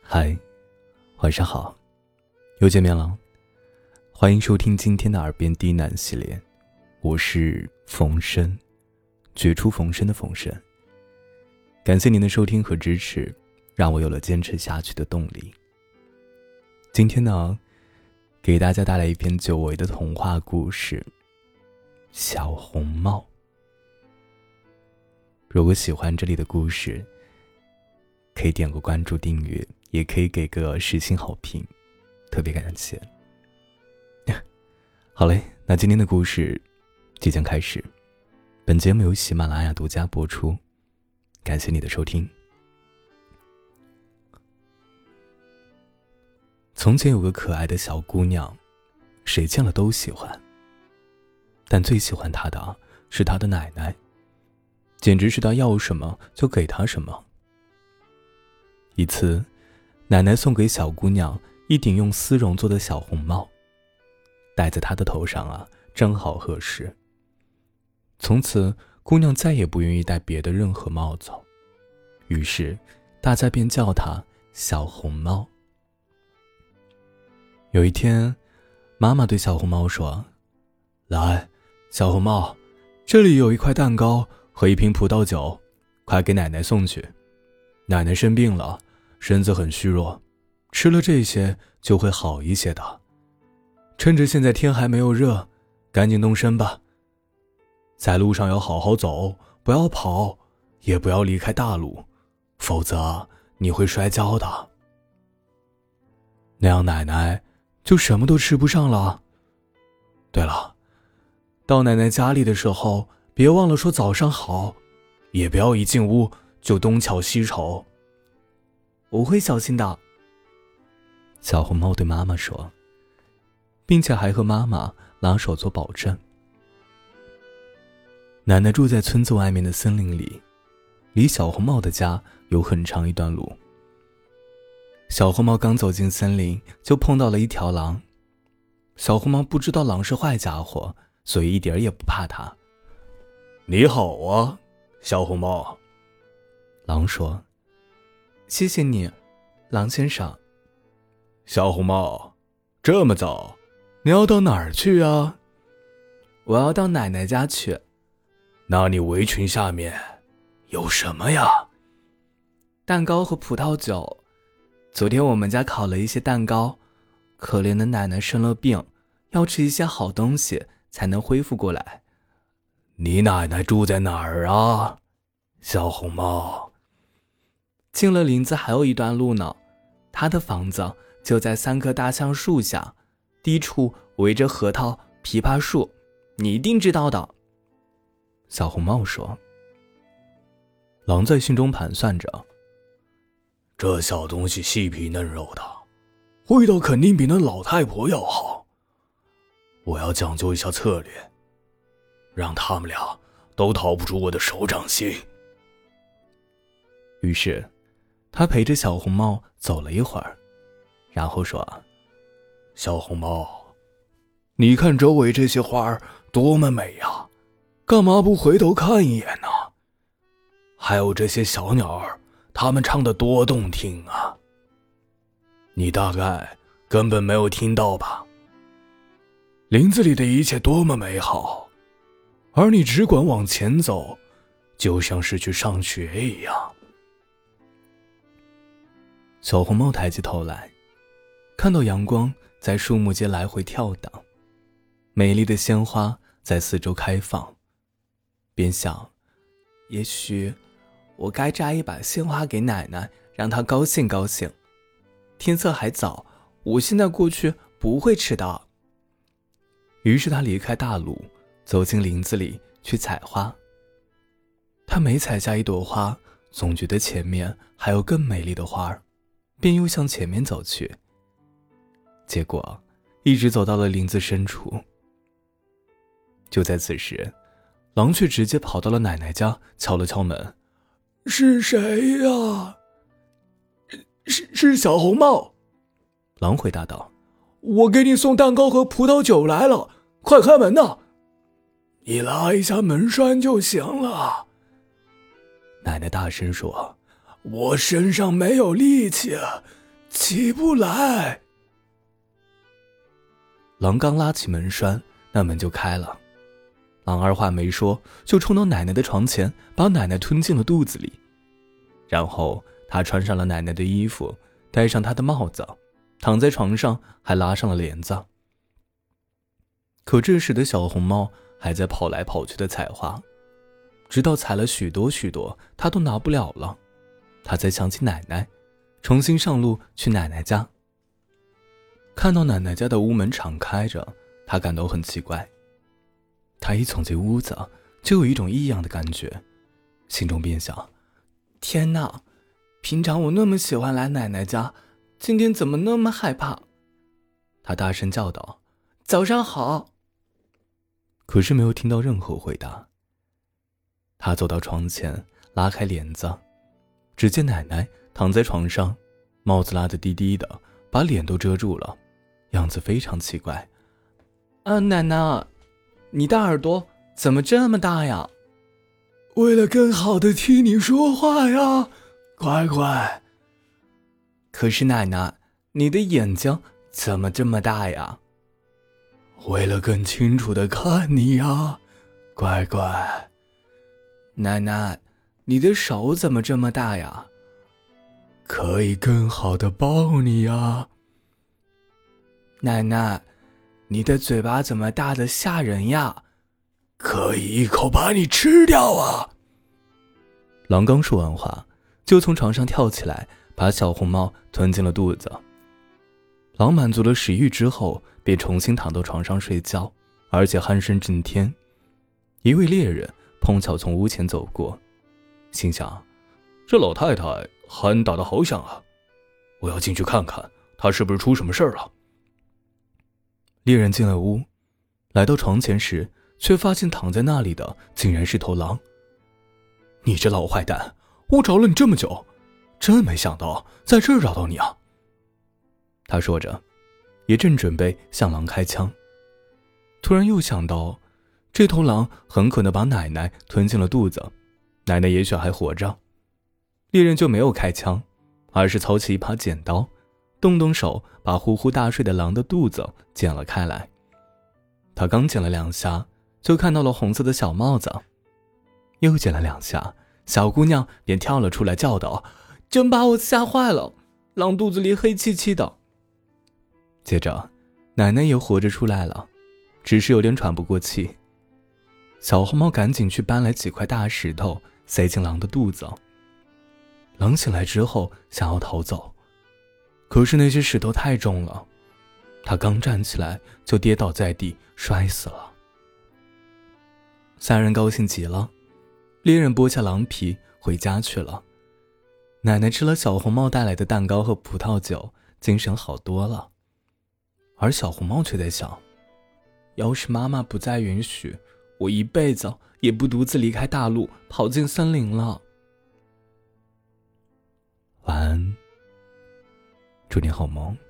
嗨，晚上好，又见面了。欢迎收听今天的耳边低喃系列，我是冯生，绝处逢生的冯生。感谢您的收听和支持，让我有了坚持下去的动力。今天呢，给大家带来一篇久违的童话故事《小红帽》。如果喜欢这里的故事，可以点个关注订阅，也可以给个10星好评，特别感谢。好嘞，那今天的故事即将开始。本节目由喜马拉雅独家播出，感谢你的收听。从前有个可爱的小姑娘，谁见了都喜欢，但最喜欢她的是她的奶奶，简直是她要什么就给她什么。一次，奶奶送给小姑娘一顶用丝绒做的小红帽，戴在她的头上正好合适。从此，姑娘再也不愿意戴别的任何帽子，于是大家便叫她小红帽。有一天，妈妈对小红帽说：“来，小红帽，这里有一块蛋糕和一瓶葡萄酒，快给奶奶送去。奶奶生病了，身子很虚弱，吃了这些就会好一些的。趁着现在天还没有热，赶紧动身吧。在路上要好好走，不要跑，也不要离开大路，否则你会摔跤的。那样奶奶就什么都吃不上了。对了，到奶奶家里的时候，别忘了说早上好，也不要一进屋就东瞧西瞅。我会小心的。”小红帽对妈妈说，并且还和妈妈拉手做保证。奶奶住在村子外面的森林里，离小红帽的家有很长一段路。小红帽刚走进森林，就碰到了一条狼。小红帽不知道狼是坏家伙，所以一点也不怕它。“你好啊，小红帽。”狼说。“谢谢你，狼先生。”“小红帽，这么早，你要到哪儿去啊？”“我要到奶奶家去。”“那你围裙下面有什么呀？”“蛋糕和葡萄酒。昨天我们家烤了一些蛋糕，可怜的奶奶生了病，要吃一些好东西才能恢复过来。”“你奶奶住在哪儿啊，小红帽？”“进了林子还有一段路呢，她的房子就在3棵大橡树下，低处围着核桃、枇杷树，你一定知道的。”小红帽说。狼在心中盘算着，这小东西细皮嫩肉的，味道肯定比那老太婆要好。我要讲究一下策略，让他们俩都逃不出我的手掌心。于是他陪着小红帽走了一会儿，然后说：“小红帽，你看周围这些花儿多么美呀，干嘛不回头看一眼呢？还有这些小鸟儿，它们唱得多动听啊！你大概根本没有听到吧？林子里的一切多么美好，而你只管往前走，就像是去上学一样。”小红帽抬起头来，看到阳光在树木间来回跳荡，美丽的鲜花在四周开放，便想，也许我该摘一把鲜花给奶奶，让她高兴高兴。天色还早，我现在过去不会迟到。于是他离开大路，走进林子里去采花。他每采下一朵花，总觉得前面还有更美丽的花儿，便又向前面走去。结果一直走到了林子深处。就在此时，狼却直接跑到了奶奶家，敲了敲门。“是谁呀？”“是小红帽。”狼回答道。“我给你送蛋糕和葡萄酒来了，快开门呐！”“你拉一下门栓就行了。”奶奶大声说。“我身上没有力气， 起不来。狼刚拉起门栓，那门就开了。狼二话没说，就冲到奶奶的床前，把奶奶吞进了肚子里。然后他穿上了奶奶的衣服，戴上她的帽子，躺在床上还拉上了帘子。可这时的小红帽还在跑来跑去的采花，直到采了许多许多，他都拿不了了。他才想起奶奶，重新上路去奶奶家。看到奶奶家的屋门敞开着，他感到很奇怪。他一走进屋子，就有一种异样的感觉，心中便想：天哪，平常我那么喜欢来奶奶家，今天怎么那么害怕？他大声叫道：早上好。可是没有听到任何回答。他走到床前，拉开帘子，只见奶奶躺在床上，帽子拉得低低的，把脸都遮住了，样子非常奇怪。奶奶，你的耳朵怎么这么大呀？为了更好地听你说话呀，乖乖。可是奶奶，你的眼睛怎么这么大呀？为了更清楚地看你呀，乖乖。奶奶，你的手怎么这么大呀？可以更好地抱你呀。奶奶，你的嘴巴怎么大得吓人呀？可以一口把你吃掉啊！狼刚说完话，就从床上跳起来，把小红帽吞进了肚子。狼满足了食欲之后，便重新躺到床上睡觉，而且鼾声震天。一位猎人碰巧从屋前走过，心想：这老太太鼾打得好响啊，我要进去看看她是不是出什么事儿了。猎人进了屋，来到床前时，却发现躺在那里的竟然是头狼。你这老坏蛋，我找了你这么久，真没想到在这儿找到你啊。他说着，也正准备向狼开枪，突然又想到这头狼很可能把奶奶吞进了肚子，奶奶也许还活着。猎人就没有开枪，而是操起一把剪刀，动手把呼呼大睡的狼的肚子剪了开来。他刚剪了2下，就看到了红色的小帽子，又剪了2下，小姑娘便跳了出来，叫道：真把我吓坏了，狼肚子里黑漆漆的。接着奶奶也活着出来了，只是有点喘不过气。小红帽赶紧去搬来几块大石头，塞进狼的肚子。狼醒来之后想要逃走，可是那些石头太重了，他刚站起来就跌倒在地，摔死了。3人高兴极了，猎人剥下狼皮回家去了。奶奶吃了小红帽带来的蛋糕和葡萄酒，精神好多了。而小红帽却在想，要是妈妈不再允许，我一辈子也不独自离开大陆，跑进森林了。晚安，祝你好梦。